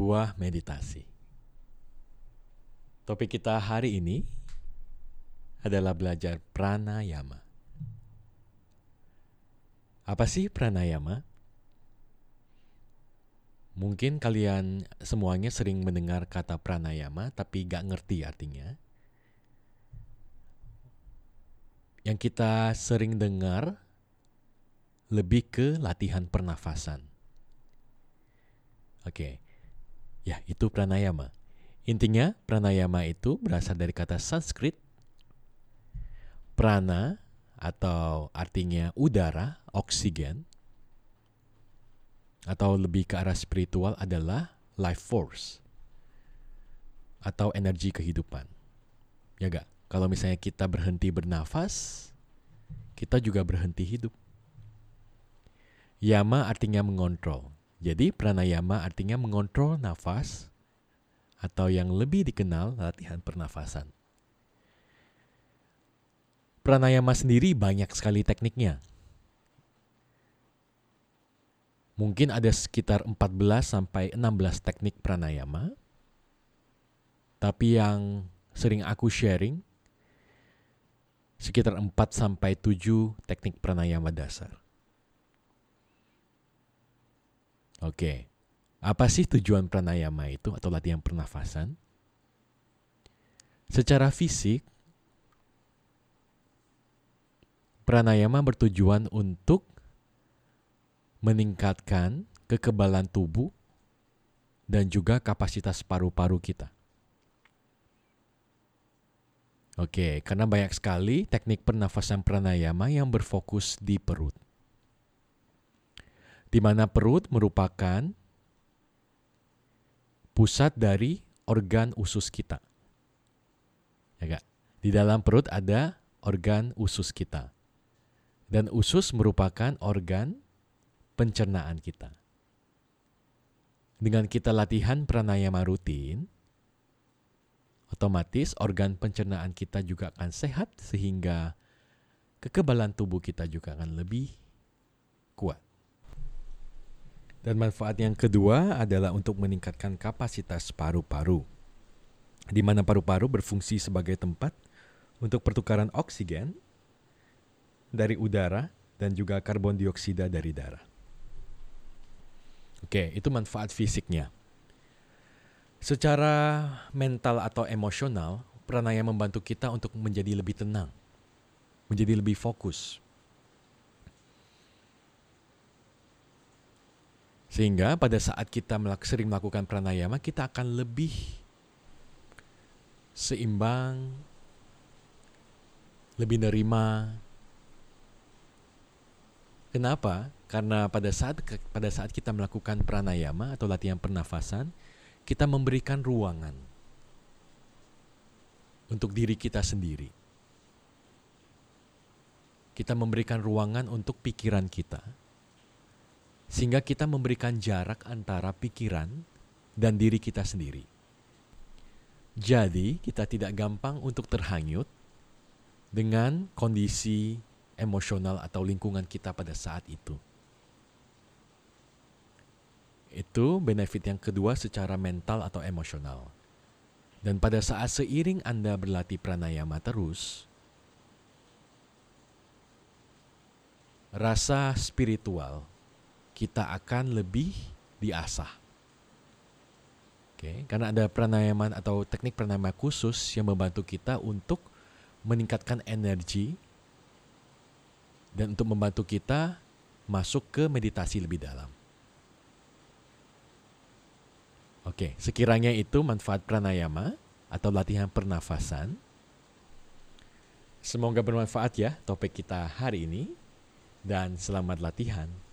sebuah meditasi. Topik kita hari ini adalah belajar pranayama. Apa sih pranayama? Mungkin kalian semuanya sering mendengar kata pranayama tapi gak ngerti artinya. Yang kita sering dengar lebih ke latihan pernafasan. Oke, ya itu pranayama. Intinya pranayama itu berasal dari kata Sanskrit prana atau artinya udara, oksigen, atau lebih ke arah spiritual adalah life force atau energi kehidupan. Ya gak? Kalau misalnya kita berhenti bernafas, kita juga berhenti hidup. Yama artinya mengontrol. Jadi pranayama artinya mengontrol nafas atau yang lebih dikenal latihan pernafasan. Pranayama sendiri banyak sekali tekniknya. Mungkin ada sekitar 14 sampai 16 teknik pranayama. Tapi yang sering aku sharing sekitar 4 sampai 7 teknik pranayama dasar. Oke. Apa sih tujuan pranayama itu atau latihan pernafasan? Secara fisik, pranayama bertujuan untuk meningkatkan kekebalan tubuh dan juga kapasitas paru-paru kita. Oke, karena banyak sekali teknik pernafasan pranayama yang berfokus di perut. Di mana perut merupakan pusat dari organ usus kita. Ya gak? Di dalam perut ada organ usus kita. Dan usus merupakan organ pencernaan kita. Dengan kita latihan pranayama rutin, otomatis organ pencernaan kita juga akan sehat sehingga kekebalan tubuh kita juga akan lebih kuat. Dan manfaat yang kedua adalah untuk meningkatkan kapasitas paru-paru, di mana paru-paru berfungsi sebagai tempat untuk pertukaran oksigen dari udara dan juga karbon dioksida dari darah. Oke, itu manfaat fisiknya. Secara mental atau emosional, pranayama membantu kita untuk menjadi lebih tenang, menjadi lebih fokus. Sehingga pada saat kita sering melakukan pranayama, kita akan lebih seimbang, lebih nerima. Kenapa? Karena pada saat kita melakukan pranayama atau latihan pernafasan, kita memberikan ruangan untuk diri kita sendiri. Kita memberikan ruangan untuk pikiran kita. Sehingga kita memberikan jarak antara pikiran dan diri kita sendiri. Jadi, kita tidak gampang untuk terhanyut dengan kondisi emosional atau lingkungan kita pada saat itu. Itu benefit yang kedua secara mental atau emosional. Dan pada saat seiring Anda berlatih pranayama terus, rasa spiritual kita akan lebih diasah. Oke, karena ada pranayama atau teknik pranayama khusus yang membantu kita untuk meningkatkan energi dan untuk membantu kita masuk ke meditasi lebih dalam. Oke, sekiranya itu manfaat pranayama atau latihan pernafasan. Semoga bermanfaat ya topik kita hari ini dan selamat latihan.